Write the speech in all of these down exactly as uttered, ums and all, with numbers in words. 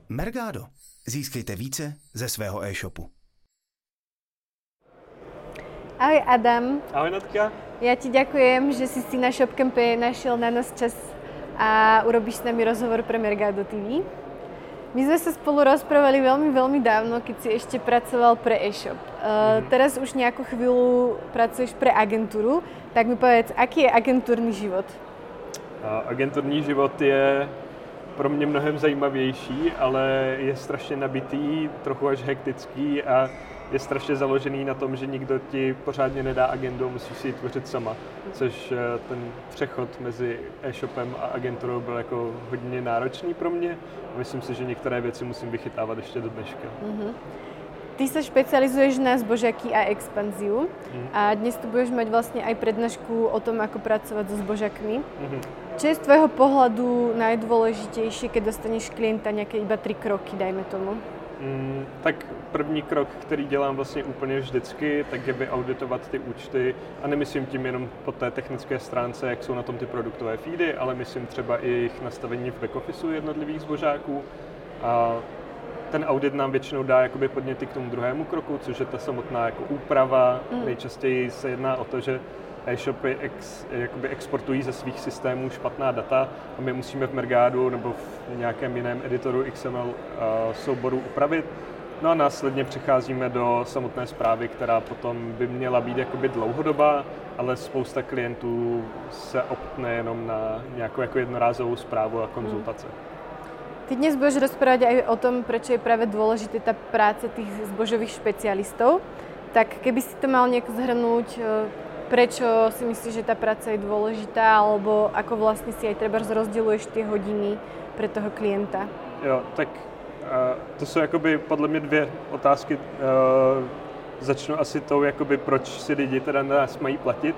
Mergado. Získejte více ze svého e-shopu. Ahoj Adam. Ahoj Natka. Ja ti ďakujem, že si si na ShopCampe našiel na nás čas a urobíš s nami rozhovor pre Mergado té vé. My sme sa spolu rozprávali veľmi, veľmi dávno, keď si ešte pracoval pre e-shop. Uh, mm-hmm. Teraz už nejakú chvíľu pracuješ pre agentúru, tak mi povedz, aký je agentúrny život? Uh, agentúrní život je pro mě mnohem zajímavější, ale je strašně nabitý, trochu až hektický a je strašně založený na tom, že nikdo ti pořádně nedá agendu, musíš si ji tvořit sama, což ten přechod mezi e-shopem a agenturou byl jako hodně náročný pro mě. Myslím si, že některé věci musím vychytávat ještě do dneška. Mm-hmm. Ty sa špecializuješ na zbožáky a expanziu mm. a dnes tu budeš mať vlastne aj prednášku o tom, ako pracovať so zbožákmi. Mm-hmm. Čo je z tvojho pohľadu najdôležitejšie, keď dostaneš klienta nejaké iba tri kroky, dajme tomu? Mm, tak první krok, který dělám vlastně úplně vždycky, tak je vyauditovat ty účty a nemyslím tím jenom po té technické stránce, jak jsou na tom ty produktové feedy, ale myslím třeba i jejich nastavení v backofficeu jednotlivých zbožáků. A ten audit nám většinou dá jakoby podněty k tomu druhému kroku, což je ta samotná jako úprava. Mm. Nejčastěji se jedná o to, že e-shopy ex, jakoby exportují ze svých systémů špatná data a my musíme v Mergadu nebo v nějakém jiném editoru X M L uh, souboru upravit. No a následně přicházíme do samotné zprávy, která potom by měla být jakoby dlouhodobá, ale spousta klientů se optne jenom na nějakou jako jednorázovou zprávu a konzultace. Mm. Ty dnes budeš rozprávať aj o tom, prečo je práve dôležitá tá práca tých zbožových špecialistov. Tak keby si to mal nejako zhrnúť, prečo si myslíš, že tá práca je dôležitá, alebo ako vlastne si aj treba rozděluješ tie hodiny pre toho klienta? Jo, tak uh, to jsou jakoby podle mě dvě otázky. Uh, začnu asi tou, jakoby, proč si lidi teda nás mají platit.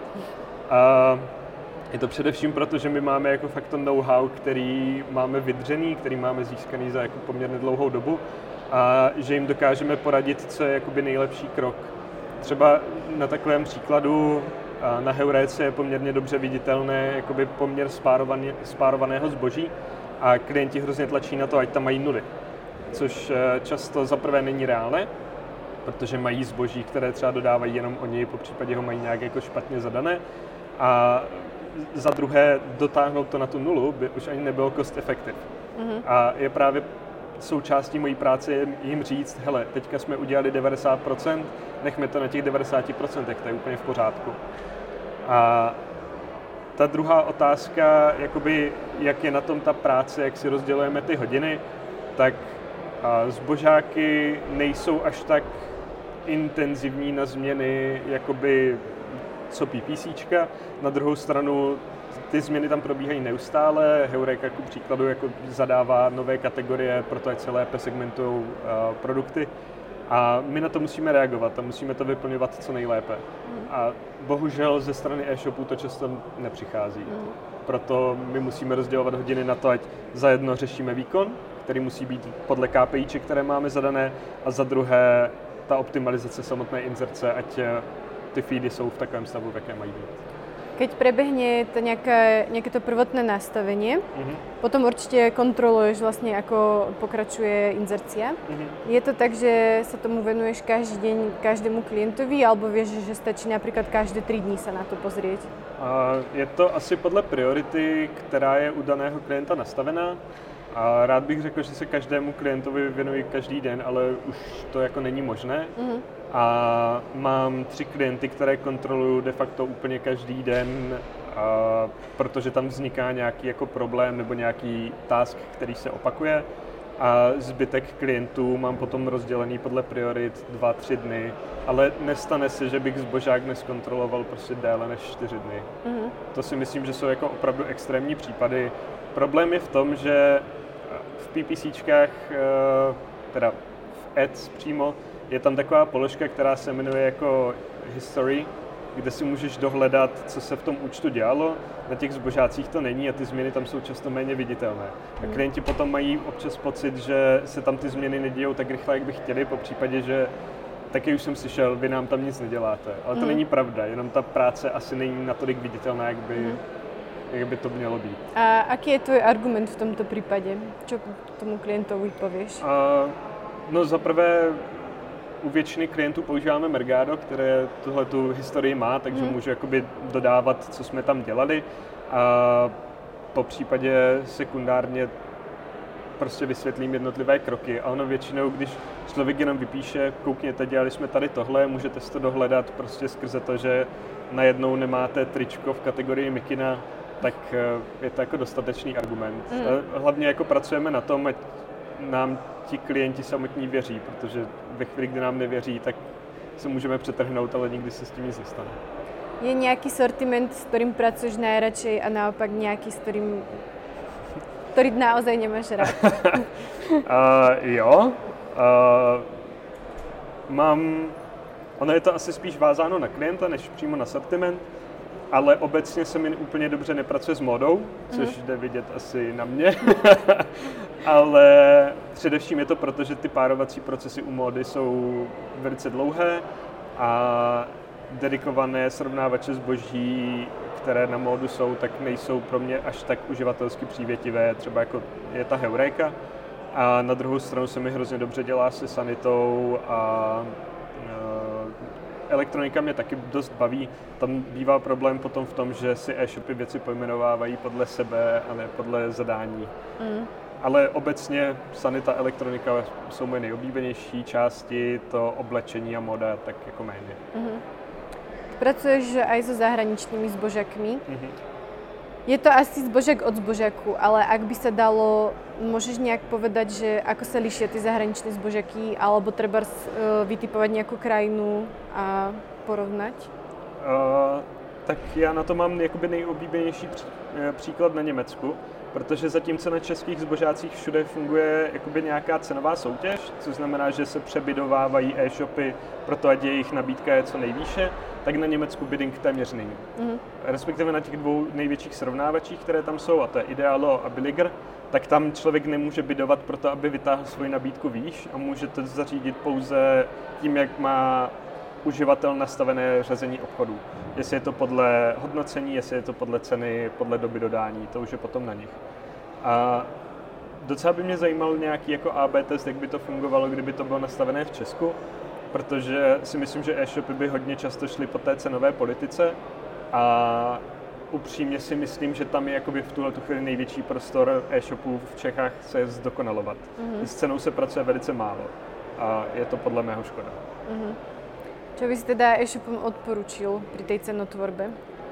Uh, Je to především proto, že my máme jako fakt to know-how, který máme vydřený, který máme získaný za jako poměrně dlouhou dobu a že jim dokážeme poradit, co je jakoby nejlepší krok. Třeba na takovém příkladu na Heuréce je poměrně dobře viditelné jakoby poměr spárovaný, spárovaného zboží a klienti hrozně tlačí na to, ať tam mají nuly, což často zaprvé není reálné, protože mají zboží, které třeba dodávají jenom oni, popřípadě ho mají nějak jako špatně zadané a za druhé dotáhnout to na tu nulu by už ani nebylo cost effective. Mm-hmm. A je právě součástí mojí práce jim říct, hele, teďka jsme udělali devadesát procent, nechme to na těch devadesát procent, to je úplně v pořádku. A ta druhá otázka, jakoby, jak je na tom ta práce, jak si rozdělujeme ty hodiny, tak zbožáky nejsou až tak intenzivní na změny, jakoby co PPCčka. Na druhou stranu ty změny tam probíhají neustále. Heureka ku příkladu jako zadává nové kategorie, proto ať se lépe segmentují uh, produkty. A my na to musíme reagovat a musíme to vyplňovat co nejlépe. Mm. A bohužel ze strany e-shopu to často nepřichází. Mm. Proto my musíme rozdělovat hodiny na to, ať za jedno řešíme výkon, který musí být podle KPIček, které máme zadané, a za druhé ta optimalizace samotné inzerce, ať ty feedy sú v takovém stavu, v jakém mají být. Keď prebehne to nejaké, nejaké to prvotné nastavenie, mm-hmm. potom určite kontroluješ vlastne, ako pokračuje inzercia. Mm-hmm. Je to tak, že sa tomu venuješ každý deň každému klientovi, alebo vieš, že stačí napríklad každé tri dní sa na to pozrieť? Uh, je to asi podle priority, která je u daného klienta nastavená. A rád bych řekl, že se každému klientovi věnuji každý den, ale už to jako není možné. Mm-hmm. A mám tři klienty, které kontroluju de facto úplně každý den, a protože tam vzniká nějaký jako problém nebo nějaký task, který se opakuje. A zbytek klientů mám potom rozdělený podle priorit dva, tři dny, ale nestane se, že bych zbožák neskontroloval prostě déle než čtyři dny. Mm-hmm. To si myslím, že jsou jako opravdu extrémní případy. Problém je v tom, že v PPCčkách, teda v ads přímo, je tam taková položka, která se jmenuje jako history, kde si můžeš dohledat, co se v tom účtu dělalo. Na těch zbožácích to není a ty změny tam jsou často méně viditelné. A klienti potom mají občas pocit, že se tam ty změny nedějou tak rychle, jak by chtěli, po případě, že taky už jsem slyšel, vy nám tam nic neděláte. Ale to mm. není pravda, jenom ta práce asi není natolik viditelná, jak by, jak by to mělo být. A aký je tvůj argument v tomto případě? Co tomu klientovi pověš? Uh, no zaprvé u většiny klientů používáme Mergado, které tuhle tu historii má, takže hmm. můžu jakoby dodávat, co jsme tam dělali. A po případě sekundárně prostě vysvětlím jednotlivé kroky. A ono většinou, když člověk jenom vypíše, koukněte, dělali jsme tady tohle, můžete si to dohledat prostě skrze to, že najednou nemáte tričko v kategorii mikina, tak je to jako dostatečný argument. Mm. Hlavně jako pracujeme na tom, ať nám ti klienti samotní věří, protože ve chvíli, kdy nám nevěří, tak se můžeme přetrhnout, ale nikdy se s tím nic nestane. Je nějaký sortiment, s kterým pracuješ nejradšej a naopak nějaký, s kterým ktorý naozaj nemáš rád? uh, jo. Uh, mám... Ono je to asi spíš vázáno na klienta, než přímo na sortiment, ale obecně se mi úplně dobře nepracuje s módou, což mm-hmm. jde vidět asi na mě. Ale především je to proto, že ty párovací procesy u módy jsou velice dlouhé a dedikované srovnávače zboží, které na módu jsou, tak nejsou pro mě až tak uživatelsky přívětivé, třeba jako je ta Heureka. A na druhou stranu se mi hrozně dobře dělá se sanitou a e, elektronika mě taky dost baví. Tam bývá problém potom v tom, že si e-shopy věci pojmenovávají podle sebe a ne podle zadání. Mm. Ale obecně sanita, elektronika jsou moje nejoblíbenější části, to oblečení a moda tak jako méně. Mm-hmm. Pracuješ aj so zahraničnými zbožiakmi. Mm-hmm. Je to asi zbožiak od zbožiaku, ale ak by sa dalo, môžeš nejak povedať, že ako sa lišia tie zahraničné zbožiaky, alebo treba vytipovať nejakú krajinu a porovnať? Uh, tak já na to mám jakoby nejoblíbenější pří, příklad na Německu, protože zatímco na českých zbožácích všude funguje jakoby nějaká cenová soutěž, což znamená, že se přebidovávají e-shopy proto, ať jejich nabídka je co nejvýše, tak na Německu bidding téměř není. Mm-hmm. Respektive na těch dvou největších srovnávačích, které tam jsou, a to je Idealo a Billiger, tak tam člověk nemůže bidovat proto, aby vytáhl svoji nabídku výš a může to zařídit pouze tím, jak má uživatel nastavené řazení obchodů. Jestli je to podle hodnocení, jestli je to podle ceny, podle doby dodání, to už je potom na nich. A docela by mě zajímal nějaký jako á bé test, jak by to fungovalo, kdyby to bylo nastavené v Česku, protože si myslím, že e-shopy by hodně často šly po té cenové politice a upřímně si myslím, že tam je jakoby v tuhle chvíli největší prostor e-shopů v Čechách se zdokonalovat. Mm-hmm. S cenou se pracuje velice málo a je to podle mého škoda. Mm-hmm. Čo by si teda e-shopom odporučil pri tej cenotvorbe?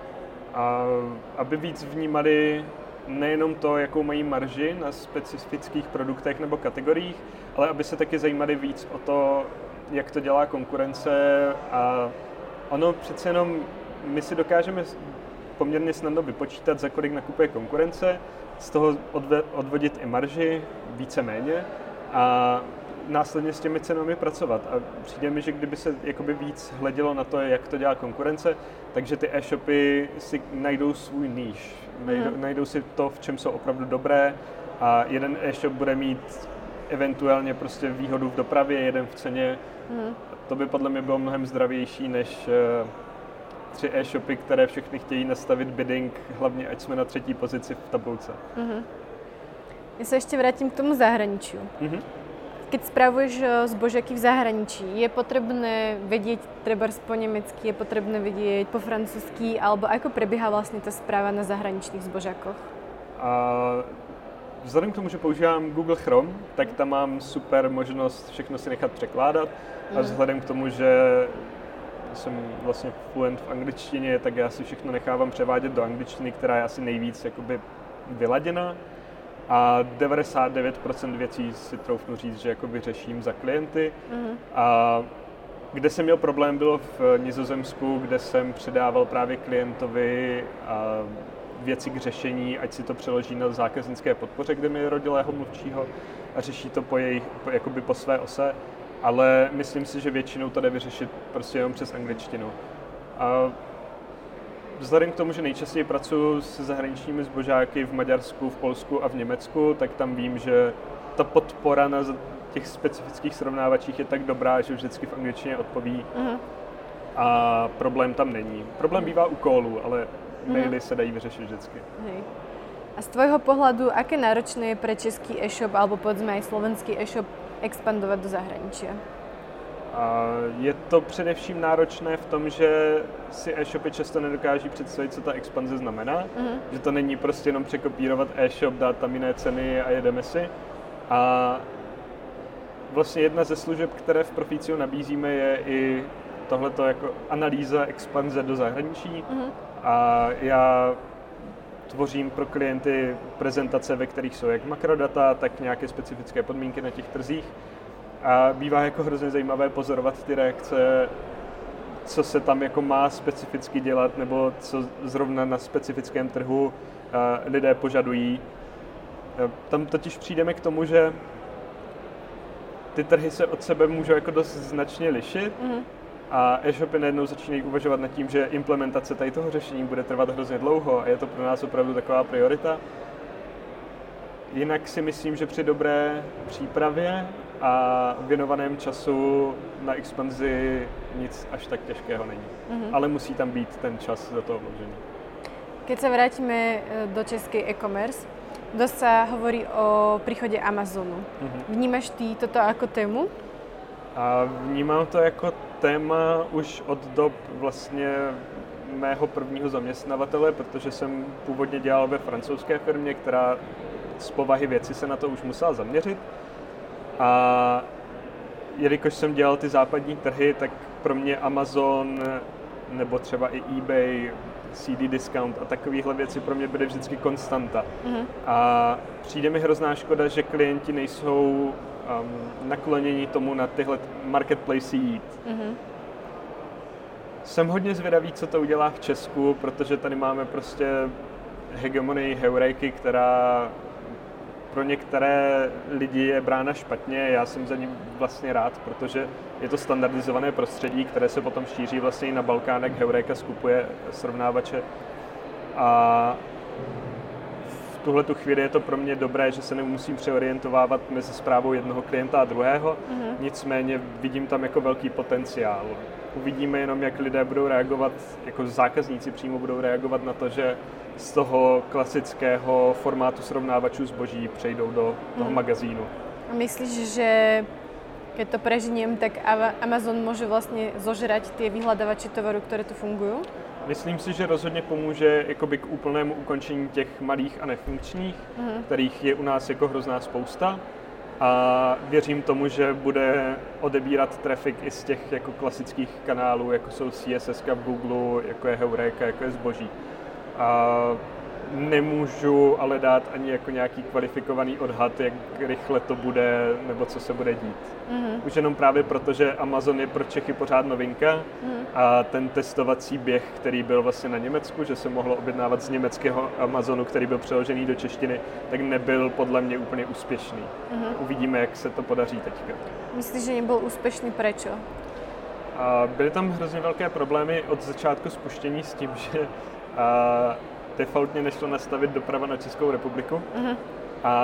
A aby víc vnímali nejenom to, jakou mají marži na specifických produktech nebo kategoriích, ale aby se taky zajímali víc o to, jak to dělá konkurence. A ono přece jenom, my si dokážeme poměrně snadno vypočítat, za kolik nakupuje konkurence, z toho odve, odvodit i marži, víceméně, a následně s těmi cenami pracovat. A přijde mi, že kdyby se jakoby víc hledělo na to, jak to dělá konkurence, takže ty e-shopy si najdou svůj níž. Najdou, mm. najdou si to, v čem jsou opravdu dobré, a jeden e-shop bude mít eventuálně prostě výhodu v dopravě, jeden v ceně. Mm. To by podle mě bylo mnohem zdravější, než uh, tři e-shopy, které všechny chtějí nastavit bidding, hlavně ať jsme na třetí pozici v tabulce. Mm. Já se ještě vrátím k tomu zahraničiu. Mm-hmm. Keď spravuješ zbožiaky v zahraničí, je potrebné vedieť trebárs po nemecky, je potrebné vedieť po francúzsky, alebo ako prebieha vlastne tá správa na zahraničných zbožiakoch? A vzhledem k tomu, že používám Google Chrome, tak tam mám super možnost všechno si nechat překládat. A vzhledem k tomu, že jsem vlastně fluent v angličtině, tak já si všechno nechávám převádět do angličtiny, která je asi nejvíc jakoby vyladěná. A devadesát devět procent věcí si troufnu říct, že jakoby řeším za klienty. Mm-hmm. A kde jsem měl problém, bylo v Nizozemsku, kde jsem předával právě klientovi a věci k řešení, ať si to přeloží na zákaznické podpoře, kde mi rodilého mluvčího, a řeší to po jejich, po, jakoby po své ose. Ale myslím si, že většinou to jde vyřešit prostě jenom přes angličtinu. A vzhledem k tomu, že nejčastěji pracuji se zahraničními zbožáky v Maďarsku, v Polsku a v Německu, tak tam vím, že ta podpora na těch specifických srovnávačích je tak dobrá, že vždycky v angličtině odpoví. Uh-huh. A problém tam není. Problém bývá u callů, ale maily se dají vyřešit vždycky. Hej. A z tvojho pohľadu, aké náročné je pre český e-shop alebo povedzme aj slovenský e-shop expandovať do zahraničia? A je to především náročné v tom, že si e-shopy často nedokáží představit, co ta expanze znamená. Mm-hmm. Že to není prostě jenom překopírovat e-shop, dát tam jiné ceny a jedeme si. A vlastně jedna ze služeb, které v Proficio nabízíme, je i tohleto jako analýza expanze do zahraničí. Mm-hmm. A já tvořím pro klienty prezentace, ve kterých jsou jak makrodata, tak nějaké specifické podmínky na těch trzích. A bývá jako hrozně zajímavé pozorovat ty reakce, co se tam jako má specificky dělat, nebo co zrovna na specifickém trhu lidé požadují. Tam totiž přijdeme k tomu, že ty trhy se od sebe můžou jako dost značně lišit mm. a e-shopy najednou začínají uvažovat nad tím, že implementace tady toho řešení bude trvat hrozně dlouho a je to pro nás opravdu taková priorita. Jinak si myslím, že při dobré přípravě a věnovaném času na expanzi nic až tak těžkého není. Mm-hmm. Ale musí tam být ten čas do toho vložený. Keď sa vrátime do českej e-commerce, dosť sa hovorí o príchode Amazonu. Mm-hmm. Vnímaš ty toto ako tému? A vnímám to jako téma už od dob vlastně mého prvního zaměstnavatele, protože jsem původně dělal ve francouzské firmě, která z povahy věci se na to už musela zaměřit. A jelikož jsem dělal ty západní trhy, tak pro mě Amazon nebo třeba i eBay, C D Discount a takovéhle věci pro mě byly vždycky konstanta. Mm-hmm. A přijde mi hrozná škoda, že klienti nejsou um, nakloněni tomu na tyhle marketplace jít. Mm-hmm. Jsem hodně zvědavý, co to udělá v Česku, protože tady máme prostě hegemonii Heurejky, která pro některé lidi je brána špatně. Já jsem za ním vlastně rád, protože je to standardizované prostředí, které se potom šíří vlastně i na Balkán, jak Heureka skupuje srovnávače. A v tuhle tu chvíli je to pro mě dobré, že se nemusím přeorientovávat mezi správou jednoho klienta a druhého. Mm-hmm. Nicméně vidím tam jako velký potenciál. Uvidíme jenom, jak lidé budou reagovat, jako zákazníci přímo budou reagovat na to, že z toho klasického formátu srovnávačů zboží přejdou do toho mm. magazínu. A myslíš, že keď to prežiniem, tak Amazon môže vlastne zožrať tie vyhľadávače tovaru, ktoré tu fungujú? Myslím si, že rozhodně pomůže jakoby k úplnému ukončení těch malých a nefunkčních, mm. kterých je u nás jako hrozná spousta. A věřím tomu, že bude odebírat trafik i z těch jako klasických kanálů, jako jsou C S S ka v Google, jako je Heureka, jako je zboží. A nemůžu ale dát ani jako nějaký kvalifikovaný odhad, jak rychle to bude, nebo co se bude dít. Mm-hmm. Už jenom právě proto, že Amazon je pro Čechy pořád novinka mm-hmm. a ten testovací běh, který byl vlastně na Německu, že se mohlo objednávat z německého Amazonu, který byl přeložený do češtiny, tak nebyl podle mě úplně úspěšný. Mm-hmm. Uvidíme, jak se to podaří teďka. Myslíš, že nebyl úspěšný, prečo? A byly tam hrozně velké problémy od začátku spuštění s tím, že a defaultně nešlo nastavit doprava na Českou republiku. Uh-huh. A,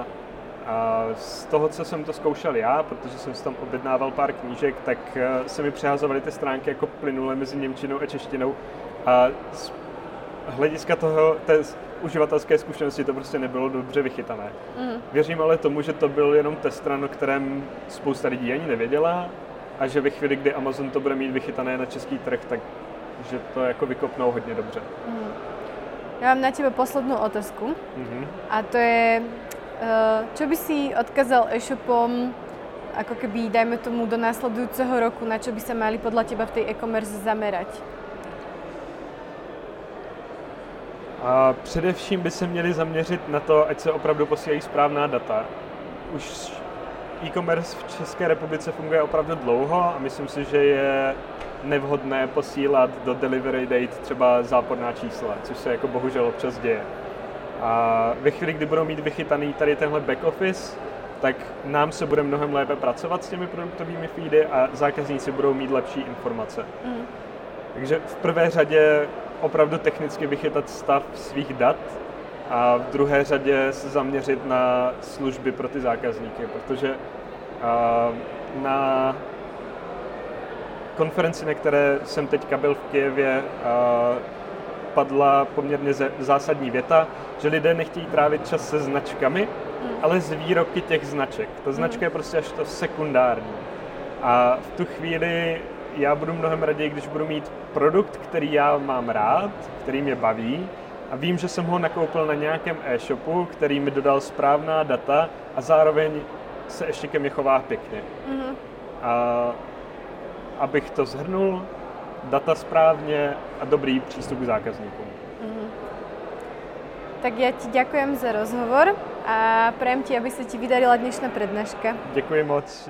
a z toho, co jsem to zkoušel já, protože jsem si tam objednával pár knížek, tak se mi přehazovaly ty stránky jako plynule mezi němčinou a češtinou. A z hlediska toho, té uživatelské zkušenosti to prostě nebylo dobře vychytané. Uh-huh. Věřím ale tomu, že to byl jenom test run, o kterém spousta lidí ani nevěděla a že ve chvíli, kdy Amazon to bude mít vychytané na český trh, tak že to jako vykopnou hodně dobře. Mm. Ja mám na tebe poslednú otázku. Mm-hmm. A to je, čo by si odkázal e-shopom, ako keby, dajme tomu, do následujúceho roku, na čo by sa mali podľa teba v tej e-commerce zamerať? A především by se měli zaměřit na to, ať se opravdu posílají správná data. Už e-commerce v České republice funguje opravdu dlouho a myslím si, že je nevhodné posílat do delivery date třeba záporná čísla, což se jako bohužel občas děje. A ve chvíli, kdy budou mít vychytaný tady tenhle back office, tak nám se bude mnohem lépe pracovat s těmi produktovými feedy a zákazníci budou mít lepší informace. Mm. Takže v prvé řadě opravdu technicky vychytat stav svých dat a v druhé řadě se zaměřit na služby pro ty zákazníky, protože uh, na konferenci, na které jsem teďka byl v Kyjevě, padla poměrně zásadní věta, že lidé nechtějí trávit čas se značkami, mm. ale s výrobky těch značek. Ta značka mm. je prostě až to sekundární. A v tu chvíli já budu mnohem raději, když budu mít produkt, který já mám rád, který mě baví a vím, že jsem ho nakoupil na nějakém e-shopu, který mi dodal správná data a zároveň se ještě ke mně chová pěkně. Mm-hmm. A abych to shrnul, data správně a dobrý přístup k zákazníkům. Mm-hmm. Tak ja ti ďakujem za rozhovor a prajem ti, aby sa ti vydarila dnešná prednáška. Děkuji moc.